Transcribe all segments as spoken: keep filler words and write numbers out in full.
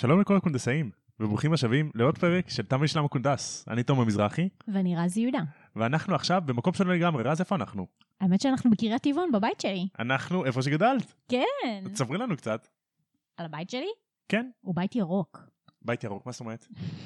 שלום לכל הקונדסאים, וברוכים השבים לעוד פרק של תם ושלמה קונדס. אני תום המזרחי. ואני רז יהודה. ואנחנו עכשיו במקום שלנו לגמרי. רז, איפה אנחנו? האמת שאנחנו בקריית טבעון, בבית שלי. אנחנו איפה שגדלת. כן. תספרי לנו קצת. על הבית שלי? כן. הוא בית ירוק. בית ירוק, מה זאת אומרת?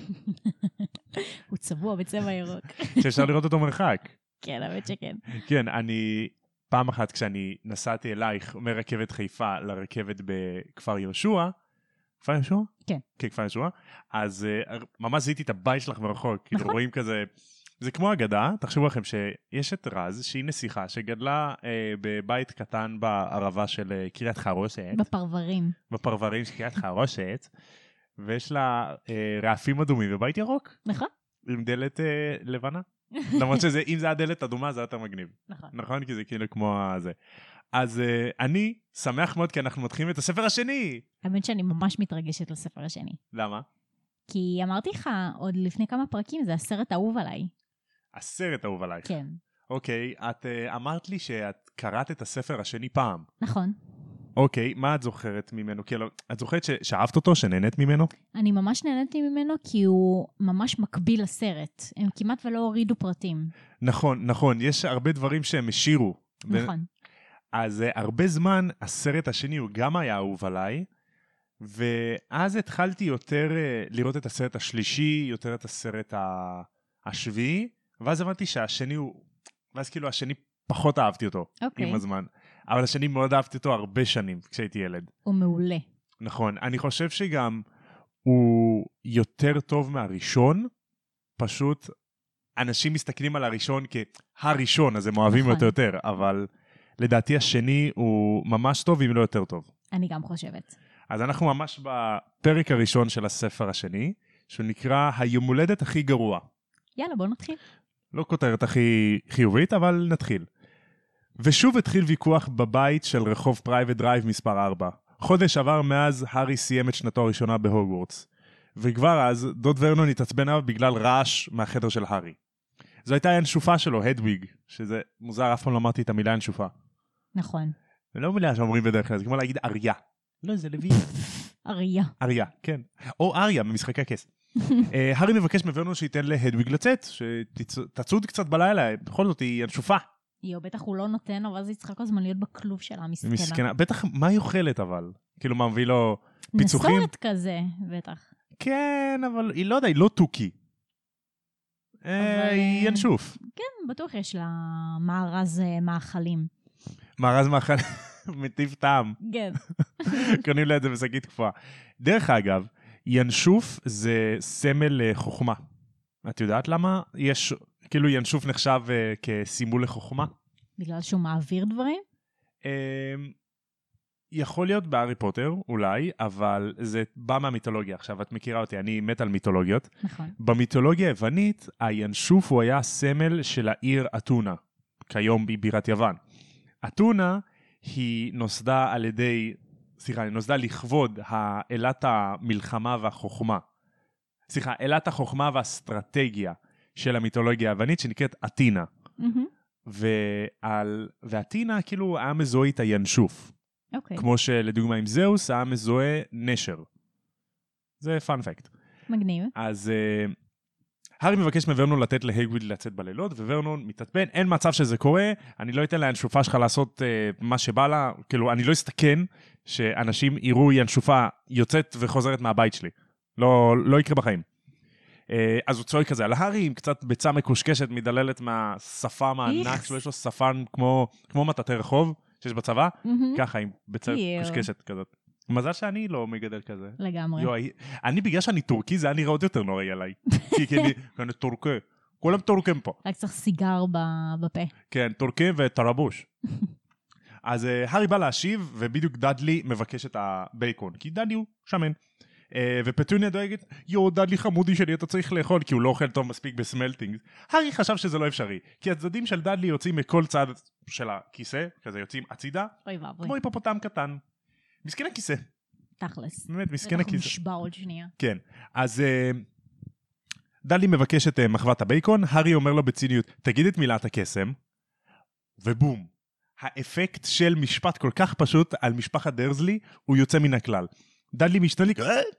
הוא צבוע בצבע ירוק. שאפשר לראות אותו מרחק. כן, האמת שכן. כן, אני פעם אחת כשאני נסעתי אלייך מרכבת חיפה לרכבת בכפר יהושע, כפר יהושע? כן. כן, כפר יהושע. אז uh, ממש זיהיתי את הבית שלך מרחוק. נכון. כאילו רואים כזה, זה כמו אגדה, תחשבו לכם שיש את רז, שהיא נסיכה, שגדלה uh, בבית קטן בערבה של uh, קריית חרושת. בפרברים. בפרברים של קריית חרושת, ויש לה uh, רעפים אדומים ובית ירוק. נכון. עם דלת uh, לבנה. למרות שזה, אם זה הדלת אדומה, זה יותר מגניב. נכון. נכון? כי זה כאילו כמו הזה. אז uh, אני שמח מאוד כי אנחנו מתחילים את הספר השני. האמת שאני ממש מתרגשת לספר השני. למה? כי אמרתי לך עוד לפני כמה פרקים, זה הסרט אהוב עליי. הסרט אהוב עלייך. כן. אוקיי, את uh, אמרת לי שאת קראת את הספר השני פעם. נכון. אוקיי, מה את זוכרת ממנו? כאילו, את זוכרת שאהבת אותו, שנהנית ממנו? אני ממש נהניתי ממנו כי הוא ממש מקביל לסרט. הם כמעט ולא הורידו פרטים. נכון, נכון. יש הרבה דברים שהם השאירו. נכון. ו... אז uh, הרבה זמן הסרט השני הוא גם היה אהוב עליי, ואז התחלתי יותר uh, לראות את הסרט השלישי, יותר את הסרט ה... השביעי, ואז הבנתי שהשני הוא, ואז כאילו השני פחות אהבתי אותו אוקיי. עם הזמן. אבל השני מאוד אהבתי אותו הרבה שנים כשהייתי ילד. הוא מעולה. נכון, אני חושב שגם הוא יותר טוב מהראשון, פשוט אנשים מסתכלים על הראשון כהראשון, אז הם אוהבים נכון. אותו יותר, אבל לדעתי השני הוא ממש טוב, אם לא יותר טוב. אני גם חושבת. אז אנחנו ממש בפרק הראשון של הספר השני, שהוא נקרא היום הולדת הכי גרוע. יאללה, בוא נתחיל. לא כותרת הכי חיובית, אבל נתחיל. ושוב התחיל ויכוח בבית של רחוב פרייבט דרייב מספר ארבע. חודש עבר מאז הארי סיים את שנתו הראשונה בהוגוורטס. וכבר אז דוד ורנון התעצבן עליו בגלל רעש מהחדר של הארי. זו הייתה ינשופה שלו, הדוויג, שזה מוזר, אף פעם לא אמרתי את המילה ינשופה. נכון. זה לא מילה שאומרים בדרך כלל, זה כמו להגיד אריה. לא, זה לוי. אריה. אריה, כן. או אריה, במשחקי הכס. הארי מבקש מוורנון שייתן להדוויג לצאת, שתצוד קצת בלילה, בכל זאת היא ינשופה. יו, בטח הוא לא נותן לו, ואז יצחק כל הזמן להיות בכלוב שלה, מסכנה. מסכנה, בטח, מה היא אוכלת אבל? כאילו מה מביא לו פיצוחים? נסורת כזה, בטח. כן, אבל היא לא יודע, היא לא טוקי. היא ינשוף. כן, בטוח יש לה מארז מאכלים. מארז מאכל, מטיב טעם. כן. קונים לה את זה בשקית קפואה. דרך אגב, ינשוף זה סמל חוכמה. את יודעת למה יש, כאילו ינשוף נחשב uh, כסימול לחוכמה? בגלל שהוא מעביר דברים? Uh, יכול להיות בהארי פוטר, אולי, אבל זה בא מהמיתולוגיה. עכשיו, את מכירה אותי, אני מת על מיתולוגיות. נכון. במיתולוגיה היוונית, הינשוף הוא היה סמל של העיר אתונה, כיום היא בירת יוון. אתונה היא נוסדה על ידי, סליחה, היא נוסדה לכבוד אלת המלחמה והחוכמה. סליחה, אלת החוכמה והאסטרטגיה של המיתולוגיה היוונית שנקראת אתינה. Mm-hmm. ועל, ואתינה כאילו היה מזוהה את הינשוף. אוקיי. כמו שלדוגמה עם זהוס היה מזוהה נשר. זה פאנפקט. מגניב. אז uh, הארי מבקש מוורנון לתת להגריד לצאת בלילות, וורנון מתעצבן, אין מצב שזה קורה, אני לא אתן לינשופה שלך לעשות uh, מה שבא לה, כאילו אני לא אסתכן שאנשים יראו ינשופה יוצאת וחוזרת מהבית שלי. לא, לא יקרה בחיים. Uh, אז הוא צועק כזה על הארי, עם קצת ביצה מקושקשת, מדללת מהשפם הענק שלו, יש לו שפן כמו, כמו מטאטא רחוב שיש בצבא, mm-hmm. ככה עם ביצה מקושקשת כזאת. מזל שאני לא מגדל כזה. לגמרי. יו, אני בגלל שאני טורקי, זה היה נראה עוד יותר נוראי עליי. כי, כי אני, אני טורקי. כולם טורקים פה. רק צריך סיגר בפה. כן, טורקי וטרבוש. אז uh, הארי בא להשיב, ובדיוק דאדלי מבקש את הבייקון, כי דאדלי הוא שמן. Uh, ופטוניה דואגת, יו, דאדלי חמודי שלי, אתה צריך לאכול, כי הוא לא אוכל טוב מספיק בסמלטינג. הארי חשב שזה לא אפשרי, כי הצדדים של דאדלי יוצאים מכל צד של הכיסא, כזה יוצאים הצידה, אוי ואבוי. כמו היפופוטם קטן. מסכן הכיסא. תכלס. באמת, מסכן הכיסא. אנחנו נשבע עוד שנייה. כן, אז uh, דאדלי מבקש את uh, מחוות הבייקון, הארי אומר לו בציניות, תגיד את מילת הקסם, ובום. האפקט של משפט כל כך פשוט על משפחת דרזלי, הוא יוצא מן הכלל. דאדלי משתנה לי,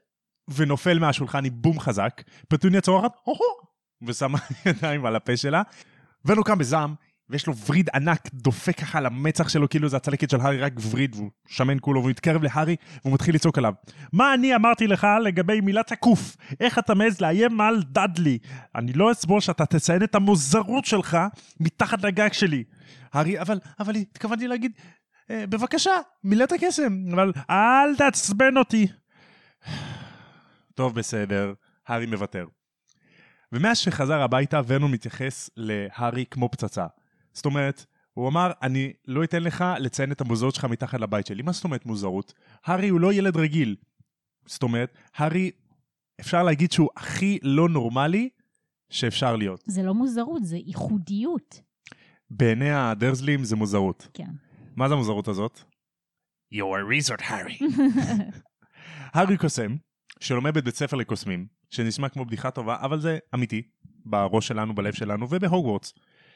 ונופל מהשולחן עם בום חזק, פטוניה צורחת, הו-הו, ושמה ידיים על הפה שלה, ורנו קם בזעם, ויש לו וריד ענק, דופק ככה על המצח שלו, כאילו זה הצלקת של הארי, רק וריד, והוא שמן כולו, והוא מתקרב להארי, והוא מתחיל לצעוק עליו. מה אני אמרתי לך לגבי מילת הקוף? איך אתה מעז לאיים על דאדלי? אני לא אסבור שאתה תציין את המוזרות שלך מתחת לגג שלי. הארי, אבל, אבל התכוונתי להגיד, אה, בבקשה, מילת הקסם, אבל אל תעצבן אותי. טוב, בסדר, הארי מוותר. ומאז שחזר הביתה, ורנון מתייחס להארי כמו פצצה. זאת אומרת, הוא אמר, אני לא אתן לך לציין את המוזרות שלך מתחת לבית שלי. מה זאת אומרת מוזרות? הארי הוא לא ילד רגיל. זאת אומרת, הארי, אפשר להגיד שהוא הכי לא נורמלי שאפשר להיות. זה לא מוזרות, זה ייחודיות. בעיני הדרזלים זה מוזרות. כן. מה זה המוזרות הזאת? You're a wizard, הארי. הארי קוסם, שלומד בבית ספר לקוסמים, שנשמע כמו בדיחה טובה, אבל זה אמיתי, בראש שלנו, בלב שלנו, ובהוגוורטס.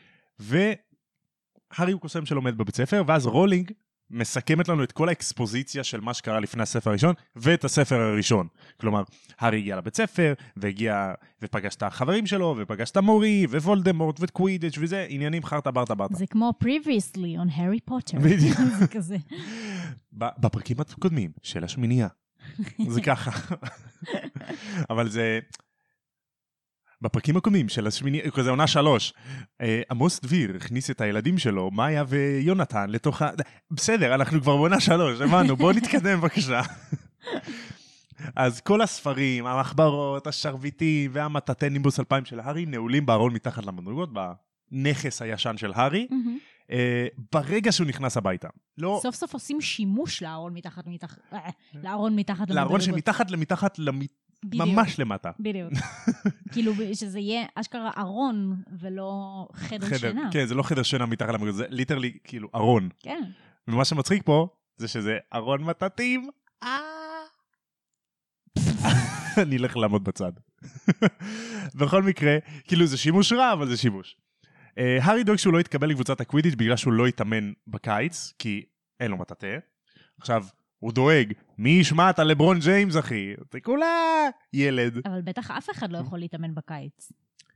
והארי הוא קוסם שלומד בבית ספר, ואז רולינג מסכמת לנו את כל האקספוזיציה של מה שקרה לפני הספר הראשון, ואת הספר הראשון. כלומר, הארי הגיע לבית ספר, והגיע, ופגש את החברים שלו, ופגש את המורי, ווולדמורט, וקווידיץ' וזה, עניינים חרטה ברטה ברטה. זה כמו previously on Harry Potter. בדיוק. זה כזה. בפרקים הקודמים של השמינייה. זה ככה. אבל זה... בפרקים הקודמים של השמינייה, כזה עונה שלוש, עמוס דביר הכניס את הילדים שלו, מאיה ויונתן, לתוך ה... בסדר, אנחנו כבר בעונה שלוש, הבנו, בואו נתקדם בבקשה. אז כל הספרים, המחברות, השרביטים והמטאטי נימבוס אלפיים של הארי, נעולים בארון מתחת למדרגות, בנכס הישן של הארי, ברגע שהוא נכנס הביתה. סוף סוף עושים שימוש לארון מתחת למתחת, לארון מתחת למדרגות. לארון שמתחת למתחת ממש למטה. בדיוק. כאילו שזה יהיה אשכרה ארון ולא חדר שינה. כן, זה לא חדר שינה מתחת למדרגות, זה ליטרלי כאילו ארון. כן. ומה שמצחיק פה זה שזה ארון מטאטים. אני אלך לעמוד בצד. בכל מקרה, כאילו זה שימוש רע, אבל זה שימוש. הארי דואג שהוא לא יתקבל לקבוצת הקווידיץ' בגלל שהוא לא יתאמן בקיץ, כי אין לו מטאטה. עכשיו, הוא דואג, מי ישמע את הלברון ג'יימס, אחי? זה כולה ילד. אבל בטח אף אחד לא יכול להתאמן בקיץ.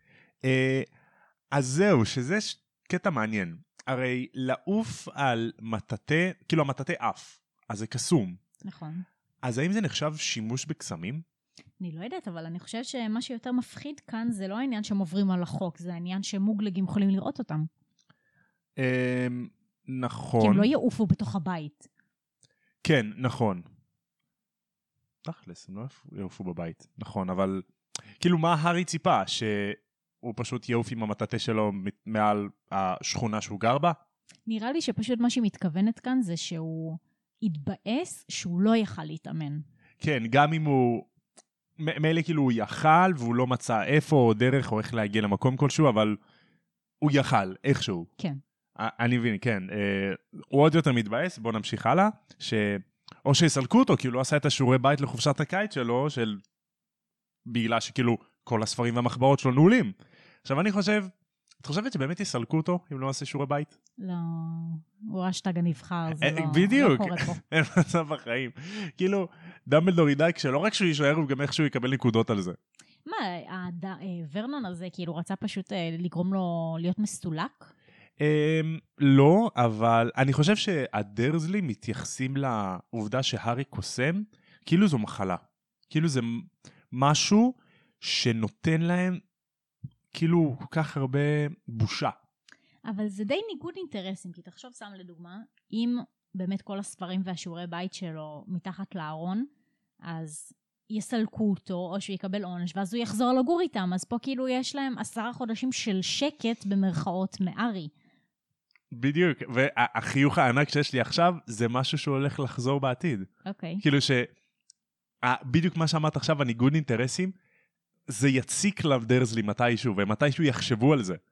אז זהו, שזה קטע מעניין. הרי לעוף על מטאטה, כאילו המטאטה אף, אז זה קסום. נכון. אז האם זה נחשב שימוש בקסמים? אני לא יודעת, אבל אני חושבת שמה שיותר מפחיד כאן זה לא העניין שהם עוברים על החוק, זה העניין שמוגלגים יכולים לראות אותם. נכון. כי הם לא יעופו בתוך הבית. כן, נכון. תכלס, הם לא יעופו בבית. נכון, אבל כאילו מה הארי ציפה? שהוא פשוט יעוף עם המטאטה שלו מעל השכונה שהוא גר בה? נראה לי שפשוט מה שהיא מתכוונת כאן זה שהוא התבאס שהוא לא יכל להתאמן. כן, גם אם הוא... מילא כאילו הוא יכל והוא לא מצא איפה או דרך או איך להגיע למקום כלשהו, אבל הוא יכל, איכשהו. כן. אני מבין, כן. הוא עוד יותר מתבאס, בוא נמשיך הלאה, ש... או שיסלקו אותו, כי הוא לא עשה את השיעורי בית לחופשת הקיץ שלו, של... בגלל שכאילו כל הספרים והמחברות שלו נעולים. עכשיו אני חושב, את חושבת שבאמת יסלקו אותו אם לא עשה שיעורי בית? לא, הוא אשטג הנבחר, זה לא, בדיוק. לא קורה פה. אין מצב בחיים. כאילו, דמבלדור ידע, כשלא רק שהוא יישאר, הוא גם איכשהו יקבל נקודות על זה. מה, הד... ורנון הזה כאילו רצה פשוט לגרום לו להיות מסתולק? לא, אבל אני חושב שהדרזלי מתייחסים לעובדה שהארי קוסם, כאילו זו מחלה. כאילו זה משהו שנותן להם כאילו כל כך הרבה בושה. אבל זה די ניגוד אינטרסים, כי תחשוב סתם לדוגמה, אם באמת כל הספרים והשיעורי בית שלו מתחת לארון, אז יסלקו אותו או שהוא יקבל עונש, ואז הוא יחזור לגור איתם, אז פה כאילו יש להם עשרה חודשים של שקט במרכאות מארי. בדיוק, והחיוך הענק שיש לי עכשיו, זה משהו שהוא הולך לחזור בעתיד. אוקיי. כאילו ש... בדיוק מה שאמרת עכשיו, הניגוד אינטרסים, זה יציק לדרזלי מתישהו, ומתישהו יחשבו על זה.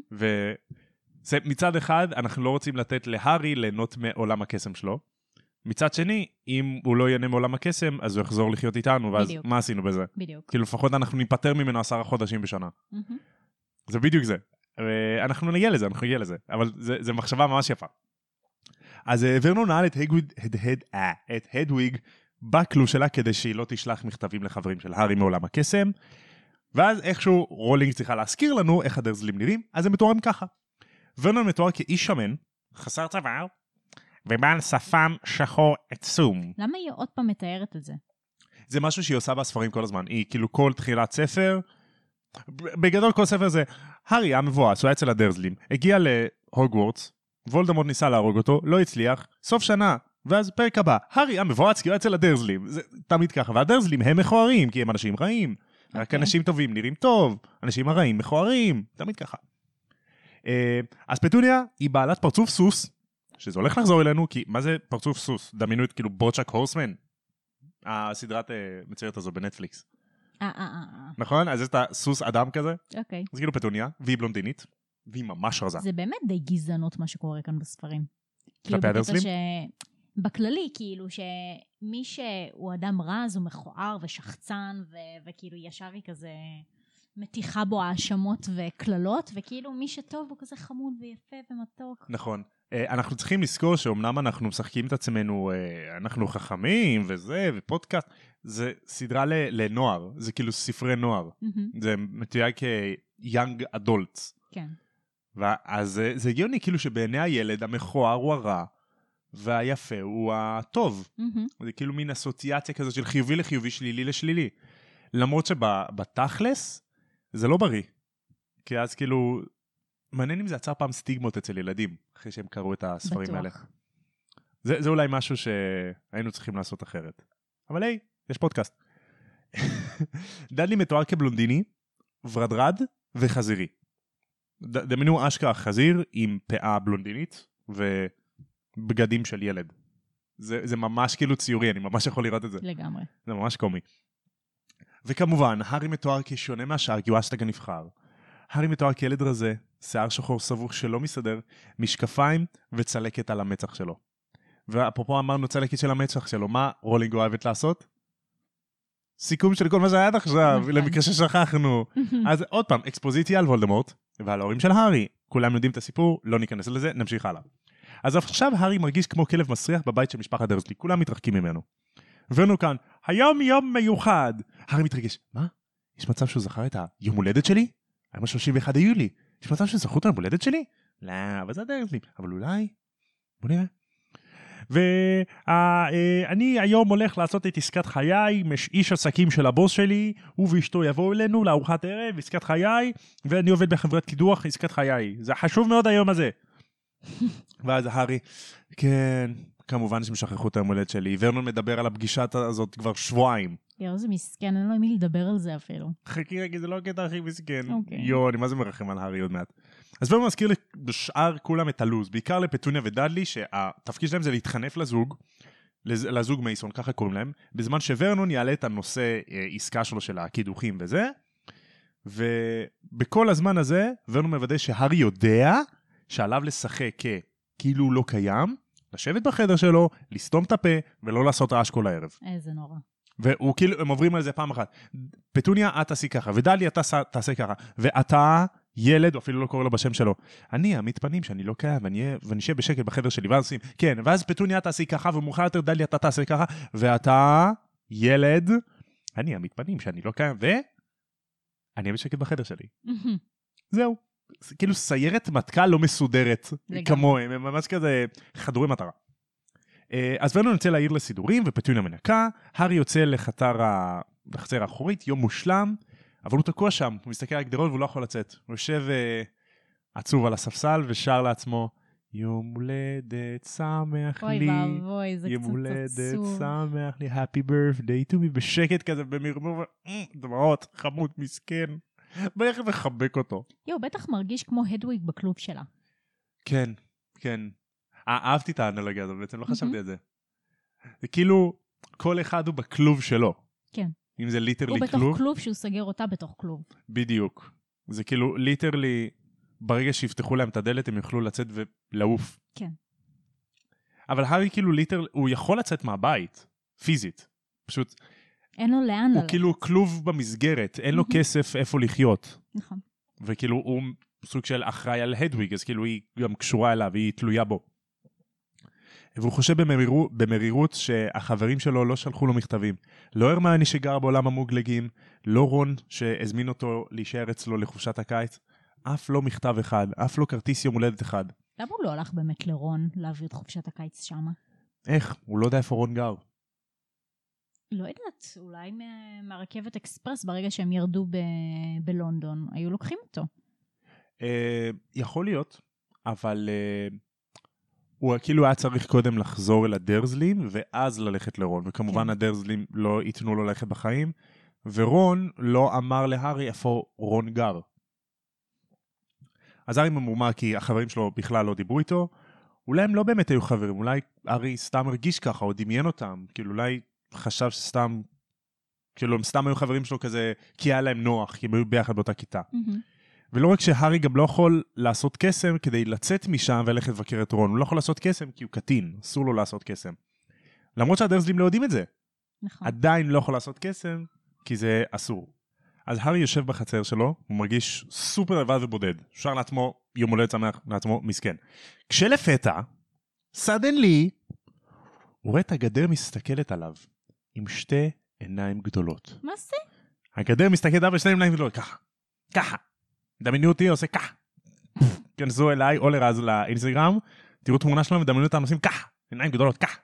ומצד אחד, אנחנו לא רוצים לתת להארי ליהנות מעולם הקסם שלו. מצד שני, אם הוא לא ייהנה מעולם הקסם, אז הוא יחזור לחיות איתנו, ואז בדיוק. מה עשינו בזה? בדיוק. כאילו לפחות אנחנו ניפטר ממנו עשרה חודשים בשנה. זה בדיוק זה. אנחנו נגיע לזה, אנחנו נגיע לזה. אבל זה, זה מחשבה ממש יפה. אז ורנון נעל את הדוויג, את הדוויג בכלוב שלה כדי שהיא לא תשלח מכתבים לחברים של הארי מעולם הקסם, ואז איכשהו רולינג צריכה להזכיר לנו איך הדרזלים נראים, אז הם מתוארים ככה. ורנון מתואר כאיש שמן, חסר צוואר, ובעל שפם שחור עצום. למה היא עוד פעם מתארת את זה? זה משהו שהיא עושה בספרים כל הזמן. היא כאילו כל תחילת ספר, בגדול כל ספר זה, הארי היה מבואס, הוא היה אצל הדרזלים, הגיע להוגוורטס, וולדמורט ניסה להרוג אותו, לא הצליח, סוף שנה, ואז פרק הבא, הארי היה מבואס כי הוא היה אצל הדרזלים. זה תמיד ככה, והדרזלים הם מכוערים, כי הם אנשים רעים. Okay. רק אנשים טובים נראים טוב, אנשים הרעים מכוערים, תמיד ככה. אז פטוניה היא בעלת פרצוף סוס, שזה הולך לחזור אלינו, כי מה זה פרצוף סוס? דמיינו את כאילו בוצ'ק הורסמן, הסדרת מצוירת הזו בנטפליקס. אה, אה, אה. נכון? אז יש את הסוס אדם כזה. אוקיי. אז כאילו פטוניה, והיא בלונדינית, והיא ממש רזה. זה באמת די גזענות מה שקורה כאן בספרים. כלפי הדרזלים? בכללי, כאילו שמי שהוא אדם רז הוא מכוער ושחצן, וכאילו ישר היא כזה מתיחה בו האשמות וכללות, וכאילו מי שטוב הוא כזה חמוד ויפה ומתוק. נכון. אנחנו צריכים לזכור שאומנם אנחנו משחקים את עצמנו, אנחנו חכמים וזה, ופודקאסט, זה סדרה לנוער, זה כאילו ספרי נוער. זה מתויג כ-young adults. כן. אז זה הגיוני כאילו שבעיני הילד המכוער הוא הרע, והיפה הוא הטוב. זה כאילו מין אסוציאציה כזאת של חיובי לחיובי, שלילי לשלילי. למרות שבתכלס זה לא בריא. כי אז כאילו, מעניין אם זה יצר פעם סטיגמות אצל ילדים, אחרי שהם קראו את הספרים האלה. זה, זה אולי משהו שהיינו צריכים לעשות אחרת. אבל היי, יש פודקאסט. דדלי מתואר כבלונדיני, ורדרד וחזירי. דמיינו אשכרה חזיר עם פאה בלונדינית ובגדים של ילד. זה, זה ממש כאילו ציורי, אני ממש יכול לראות את זה. לגמרי. זה ממש קומי. וכמובן, הארי מתואר כשונה מהשאר, כי הוא אשטג הנבחר. הארי מתואר כילד רזה, שיער שחור סבוך שלא מסתדר, משקפיים וצלקת על המצח שלו. ואפרופו אמרנו צלקת של המצח שלו, מה רולינג אוהבת לעשות? סיכום של כל מה שהיה עד עכשיו, למקרה ששכחנו. אז עוד פעם, אקספוזיציה על וולדמורט, ועל ההורים של הארי. כולם יודעים את הסיפור, לא ניכנס לזה, נמשיך הלאה. אז עכשיו הארי מרגיש כמו כלב מסריח בבית של משפחת דרזלי, כולם מתרחקים ממנו. ונו כאן, היום יום מיוחד. הארי מתרגש, מה? יש מצב שהוא זכר את היום הולדת שלי? היום ה-שלושים ואחד ליולי. יש מצב שהוא זכרו את היום הולדת שלי? לא, אבל זה דרזלי. אבל אולי, בוא נראה. ואני היום הולך לעשות את עסקת חיי, איש עסקים של הבוס שלי, הוא ואשתו יבואו אלינו לארוחת ערב, עסקת חיי, ואני עובד בחברת קידוח, עסקת חיי. זה חשוב מאוד היום הזה. ואז הארי, כן, כמובן שמשכחו את היום הולדת שלי. ורנון מדבר על הפגישה הזאת כבר שבועיים. יו, זה מסכן, אין לו עם מי לדבר על זה אפילו. חכי רגע, זה לא הקטע הכי מסכן. Okay. יו, אני מה זה מרחם על הארי עוד מעט. אז ורנון מזכיר לשאר כולם את הלוז, בעיקר לפטוניה ודדלי, שהתפקיד שלהם זה להתחנף לזוג, לזוג מייסון, ככה קוראים להם, בזמן שוורנון יעלה את הנושא עסקה שלו של הקידוחים וזה, ובכל הזמן הזה, ורנון מוודא שהארי יודע שעליו לשחק כאילו הוא לא קיים, לשבת בחדר שלו, לסתום את הפה, ולא לעשות רעש כל הערב. איזה נורא. והוא כאילו, הם עוברים על זה פעם אחת. פטוניה, את תעשי ככה, ודלי, אתה תעשה ככה. ואתה, ילד, או אפילו לא קורא לו בשם שלו, אני, המתפנים שאני לא קיים, ואני אשב בשקט בחדר שלי, ואז עושים, כן, ואז פטוניה תעשי ככה, ומאוחר יותר דלי, אתה תעשה ככה, ואתה, ילד, אני, המתפנים שאני לא קיים, ואני אהיה בשקט בחדר שלי. זהו. כאילו סיירת מטכ"ל לא מסודרת, כמוהם, הם ממש כזה חדורי מטרה. אז ורנון יוצא לעיר לסידורים, ופטוניה מנקה, הארי יוצא לחצר האחורית, יום מושלם, אבל הוא תקוע שם, הוא מסתכל על הגדרות והוא לא יכול לצאת. הוא יושב עצוב על הספסל ושר לעצמו, יום הולדת שמח לי, אוי ואבוי, זה קצת עצוב. יום הולדת שמח לי, happy birthday to me, בשקט כזה, במרמור, דמעות, חמוד, מסכן. בלך וחבק אותו. יו, בטח מרגיש כמו הדוויג בכלוב שלה. כן, כן. אהבתי את האנלוגיה הזאת, בעצם לא חשבתי על זה. זה כאילו, כל אחד הוא בכלוב שלו. כן. אם זה ליטרלי כלוב. הוא בתוך כלוב שהוא סגר אותה בתוך כלוב. בדיוק. זה כאילו, ליטרלי, ברגע שיפתחו להם את הדלת, הם יוכלו לצאת ולעוף. כן. אבל הארי כאילו ליטרלי, הוא יכול לצאת מהבית, פיזית. פשוט... אין לו לאן ללכת. הוא כאילו כלוב במסגרת, אין לו כסף איפה לחיות. נכון. וכאילו הוא סוג של אחראי על הדוויג, אז כאילו היא גם קשורה אליו, היא תלויה בו. והוא חושב במרירות, במרירות שהחברים שלו לא שלחו לו מכתבים. לא הרמיוני שגר בעולם המוגלגים, לא רון שהזמין אותו להישאר אצלו לחופשת הקיץ, אף לא מכתב אחד, אף לא כרטיס יום הולדת אחד. למה הוא לא הלך באמת לרון להעביר את חופשת הקיץ שמה? איך? הוא לא יודע איפה רון גר. לא יודעת, אולי מה- מהרכבת אקספרס, ברגע שהם ירדו ב- בלונדון, היו לוקחים אותו. אה, יכול להיות, אבל אה, הוא כאילו היה צריך קודם לחזור אל הדרזלים, ואז ללכת לרון, וכמובן כן. הדרזלים לא ייתנו לו ללכת בחיים, ורון לא אמר להרי איפה רון גר. אז הארי ממורמר כי החברים שלו בכלל לא דיברו איתו, אולי הם לא באמת היו חברים, אולי הארי סתם הרגיש ככה, או דמיין אותם, כאילו אולי חשב שסתם, כאילו הם סתם היו חברים שלו כזה, כי היה להם נוח, כי הם היו ביחד באותה כיתה. ולא רק שהארי גם לא יכול לעשות קסם כדי לצאת משם וללכת לבקר את רון, הוא לא יכול לעשות קסם כי הוא קטין, אסור לו לעשות קסם. למרות שהדרזלים לא יודעים את זה, נכון. עדיין לא יכול לעשות קסם, כי זה אסור. אז הארי יושב בחצר שלו, הוא מרגיש סופר לבד ובודד, שר לעצמו יום הולדת שמח, לעצמו מסכן. כשלפתע, suddenly, הוא רואה את הגדר מסתכלת עליו, עם שתי עיניים גדולות. מה זה? הגדר מסתכלת עליו בשתי עיניים גדולות, ככה, ככה. דמיינו אותי, עושה ככה. כנסו אליי, או לרז לאינסטגרם, תראו תמונה שלנו ודמיינו אותנו עושים ככה, עיניים גדולות, ככה.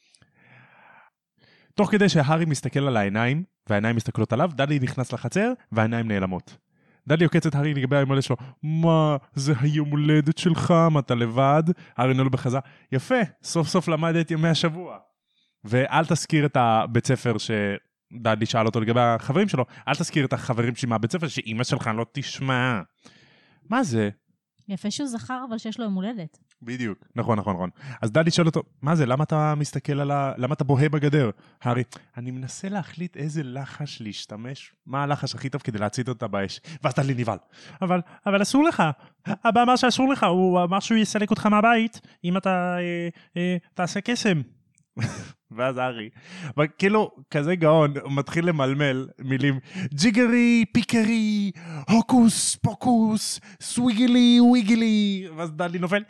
תוך כדי שהארי מסתכל על העיניים, והעיניים מסתכלות עליו, דאדלי נכנס לחצר, והעיניים נעלמות. דאדלי עוקץ את הארי לגבי היום הולדת שלו, מה, זה היום הולדת שלך, מה אתה לבד? הארי נולד בחזרה, יפה, סוף סוף למד את ימי השבוע. ואל תזכיר את הבית ספר שדאדלי שאל אותו לגבי החברים שלו, אל תזכיר את החברים שלי מהבית ספר, שאמא שלך לא תשמע. מה זה? יפה שהוא זכר, אבל שיש לו יום הולדת. בדיוק, נכון, נכון, נכון. אז דאדלי שואל אותו, מה זה, למה אתה מסתכל על ה... למה אתה בוהה בגדר? הארי, אני מנסה להחליט איזה לחש להשתמש, מה הלחש הכי טוב כדי להצית אותה באש. ואז דאדלי נבהל. אבל, אבל אסור לך. אבא אמר שאסור לך, הוא אמר שהוא יסלק אותך מהבית, אם אתה אה, אה, תעשה קסם. ואז הארי, כאילו, כזה גאון, הוא מתחיל למלמל מילים, ג'יגרי, פיקרי, הוקוס, פוקוס, סוויגלי, וויגלי, ואז דאדלי נופל,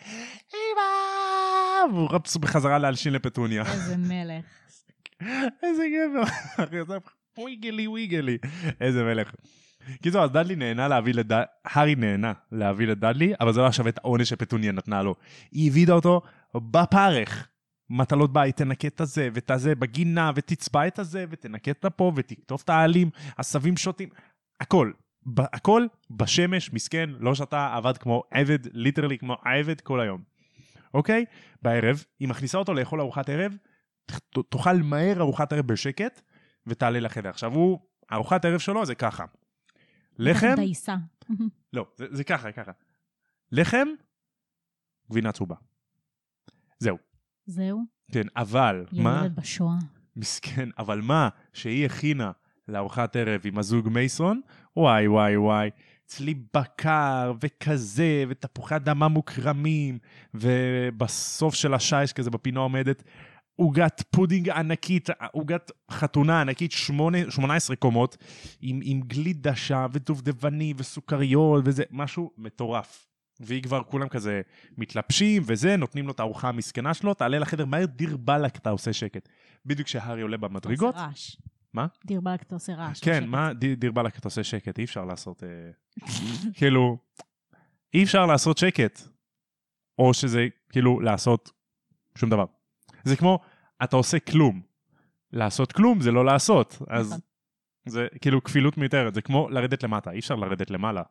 אמא, והוא רפס בחזרה להלשין לפטוניה. איזה מלך. איזה גבר, וויגלי, וויגלי, איזה מלך. קיצור, אז דאדלי נהנה להביא לדאדלי, הארי נהנה להביא לדאדלי, אבל זה לא שווה את העונש שפטוניה נתנה לו. היא הבידה אותו בפרך. מטלות בית, תנקה את הזה ואת הזה בגינה, ותצבע את הזה, ותנקה את הפה, ותכתוב את העלים, עשבים שוטים, הכל, הכל בשמש, מסכן, לא שאתה עבד כמו עבד, ליטרלי כמו עבד כל היום. אוקיי? בערב, היא מכניסה אותו לאכול ארוחת ערב, תאכל מהר ארוחת ערב בשקט, ותעלה לחדר. עכשיו הוא, ארוחת ערב שלו זה ככה. לחם, דייסה. לא, זה, זה ככה, ככה. לחם, גבינה צהובה. זהו. זהו? כן, אבל מה? ילד בשואה. מסכן, אבל מה שהיא הכינה לארוחת ערב עם הזוג מייסון, וואי וואי וואי, אצלי בקר וכזה, ותפוחי אדמה מוקרמים, ובסוף של השיש כזה בפינה עומדת, עוגת פודינג ענקית, עוגת חתונה ענקית, שמונה, שמונה עשרה קומות, עם, עם גליד דשה ודובדבני וסוכריות, וזה משהו מטורף. והיא כבר כולם כזה מתלבשים וזה, נותנים לו את הארוחה המסכנה שלו, תעלה לחדר מהר, דיר בלק, אתה עושה שקט. בדיוק כשהארי עולה במדרגות. אתה עושה רעש. מה? דיר בלק, אתה עושה רעש. כן, מה? דיר, דיר בלק, אתה עושה שקט, אי אפשר לעשות, כאילו, אי אפשר לעשות שקט. או שזה, כאילו, לעשות שום דבר. זה כמו, אתה עושה כלום. לעשות כלום זה לא לעשות. אז זה כאילו כפילות מיותרת, זה כמו לרדת למטה, אי אפשר לרדת למעלה.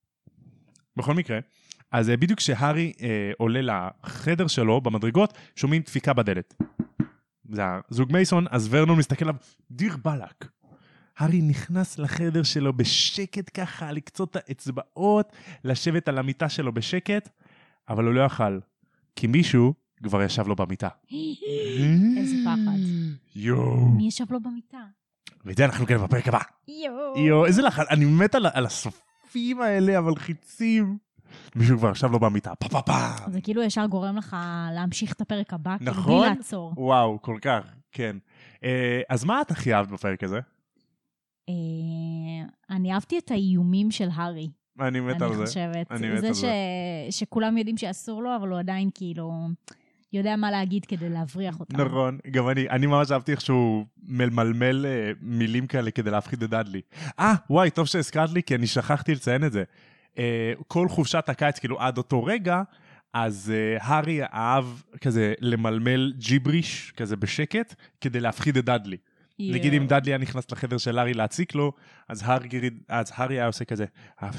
בכל מקרה, אז בדיוק כשהארי אה, עולה לחדר שלו במדרגות, שומעים דפיקה בדלת. זה הזוג מייסון, אז ורנון מסתכל עליו, דיר בלק. הארי נכנס לחדר שלו בשקט ככה, לקצות האצבעות, לשבת על המיטה שלו בשקט, אבל הוא לא יכל, כי מישהו כבר ישב לו במיטה. איזה פחד. יואו. מי ישב לו במיטה? ואת זה אנחנו נקרא בפרק הבא. יואו. יואו, איזה לחץ, אני מת על, על הסופים האלה, אבל חיצים. מישהו כבר עכשיו לא במיטה, פה פה פה. זה כאילו ישר גורם לך להמשיך את הפרק הבא, כאילו נכון? בלי לעצור. וואו, כל כך, כן. אז מה את הכי אהבת בפרק הזה? אני אהבתי את האיומים של הארי. אני מת על זה. אני חושבת. אני מת על זה. זה שכולם יודעים שאסור לו, אבל הוא עדיין כאילו יודע מה להגיד כדי להבריח אותם. נכון, גם אני, אני ממש אהבתי איך שהוא מלמל אה, מילים כאלה כדי להפחיד את דאדלי. אה, וואי, טוב שהזכרת לי, כי אני שכחתי לציין את זה. אה, כל חופשת הקיץ, כאילו עד אותו רגע, אז אה, הארי אהב כזה למלמל ג'יבריש, כזה בשקט, כדי להפחיד את דאדלי. נגיד אם דאדלי היה נכנס לחדר של הארי להציק לו, אז הארי היה עושה כזה,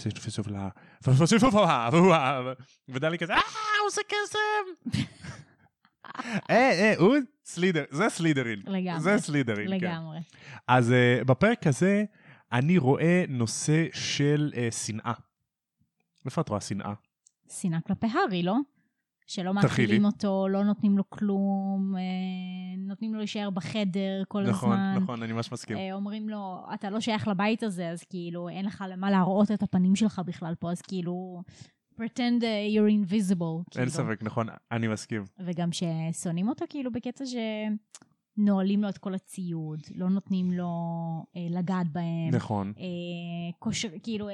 ודאדלי כזה, אה, הוא עושה קסם! אה, אה, הוא סלידר, זה סלידרין. לגמרי. זה סלידרין, כן. לגמרי. אז בפרק הזה, אני רואה נושא של שנאה. איפה את רואה שנאה? שנאה כלפי הארי, לא? שלא מאכילים אותו, לא נותנים לו כלום, נותנים לו להישאר בחדר כל הזמן. נכון, נכון, אני ממש מסכים. אומרים לו, אתה לא שייך לבית הזה, אז כאילו, אין לך למה להראות את הפנים שלך בכלל פה, אז כאילו, pretend you're invisible. אין ספק, נכון, אני מסכים. וגם ששונאים אותו, כאילו, בקטע שנועלים לו את כל הציוד, לא נותנים לו לגעת בהם. נכון. כושר, כאילו...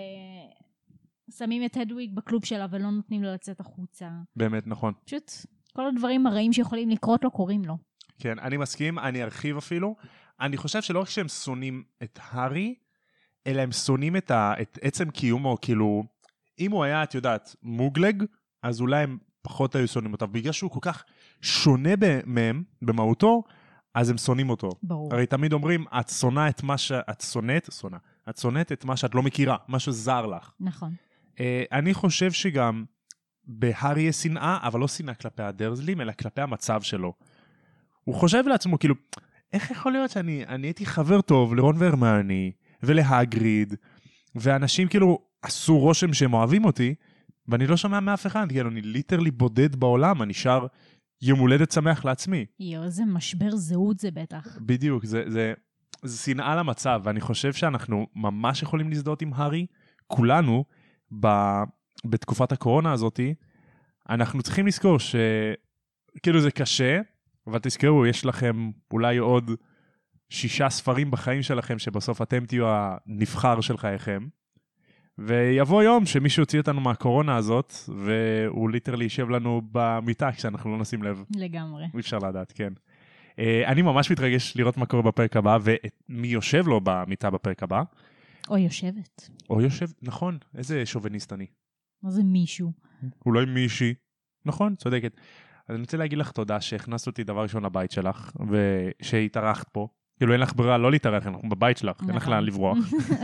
שמים את הדוויג בקלוב שלה ולא נותנים לו לצאת החוצה. באמת, נכון. פשוט כל הדברים הרעים שיכולים לקרות לו, קוראים לו. כן, אני מסכים, אני ארחיב אפילו. אני חושב שלא רק שהם שונאים את הארי, אלא הם שונאים את, ה... את עצם קיומו, כאילו, אם הוא היה, את יודעת, מוגלג, אז אולי הם פחות היו שונאים אותם. בגלל שהוא כל כך שונה מהם, במהותו, אז הם שונאים אותו. ברור. הרי תמיד אומרים, את שונא את מה שאת שונאת, שונא. את שונאת את מה שאת לא מכירה, מה שזר לך. נכון. אני חושב שגם בהארי יש שנאה, אבל לא שנאה כלפי הדרזלים, אלא כלפי המצב שלו. הוא חושב לעצמו, כאילו, איך יכול להיות שאני אני הייתי חבר טוב לרון והרמיוני ולהגריד, ואנשים כאילו עשו רושם שהם אוהבים אותי, ואני לא שומע מאף אחד, כאילו, אני ליטרלי בודד בעולם, אני שר יום הולדת שמח לעצמי. יו, איזה משבר זהות זה בטח. בדיוק, זה, זה, זה שנאה למצב, ואני חושב שאנחנו ממש יכולים להזדהות עם הארי, כולנו, ב... בתקופת הקורונה הזאת, אנחנו צריכים לזכור שכאילו זה קשה, אבל תזכרו, יש לכם אולי עוד שישה ספרים בחיים שלכם, שבסוף אתם תהיו הנבחר של חייכם, ויבוא יום שמישהו יוציא אותנו מהקורונה הזאת, והוא ליטרלי יישב לנו במיטה, כשאנחנו לא נשים לב. לגמרי. אי אפשר לדעת, כן. אני ממש מתרגש לראות מה קורה בפרק הבא, ומי יושב לו במיטה בפרק הבא. או יושבת. או יושב, נכון, איזה שוביניסט אני. מה זה מישהו? אולי מישהי. נכון, צודקת. אז אני רוצה להגיד לך תודה שהכנסת אותי דבר ראשון לבית שלך, ושהתארחת פה. כאילו אין לך ברירה לא להתארח, אנחנו בבית שלך, אין לך לאן לברוח.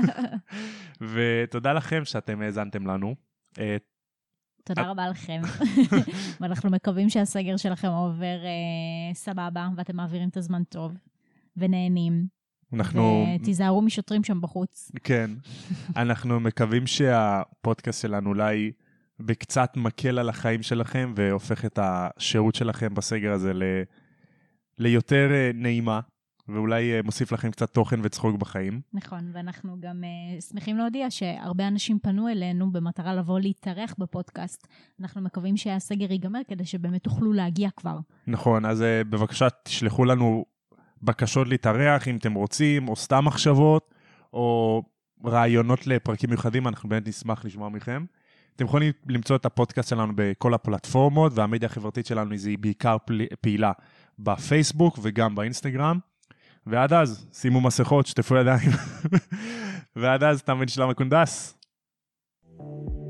ותודה לכם שאתם האזנתם לנו. תודה רבה לכם. ואנחנו מקווים שהסגר שלכם עובר סבבה, ואתם מעבירים את הזמן טוב, ונהנים. אנחנו... ותיזהרו משוטרים שם בחוץ. כן. אנחנו מקווים שהפודקאסט שלנו אולי בקצת מקל על החיים שלכם, והופך את השהות שלכם בסגר הזה ל... ליותר נעימה, ואולי מוסיף לכם קצת תוכן וצחוק בחיים. נכון, ואנחנו גם uh, שמחים להודיע שהרבה אנשים פנו אלינו במטרה לבוא להתארח בפודקאסט. אנחנו מקווים שהסגר ייגמר כדי שבאמת תוכלו להגיע כבר. נכון, אז uh, בבקשה תשלחו לנו בקשות להתארח אם אתם רוצים, או סתם מחשבות, או רעיונות לפרקים מיוחדים, אנחנו באמת נשמח לשמוע מכם. אתם יכולים למצוא את הפודקאסט שלנו בכל הפלטפורמות, והמדיה החברתית שלנו היא בעיקר פעילה בפייסבוק וגם באינסטגרם. ועד אז, שימו מסכות, שטפו ידיים. ועד אז, תמיד שלמה קונדס.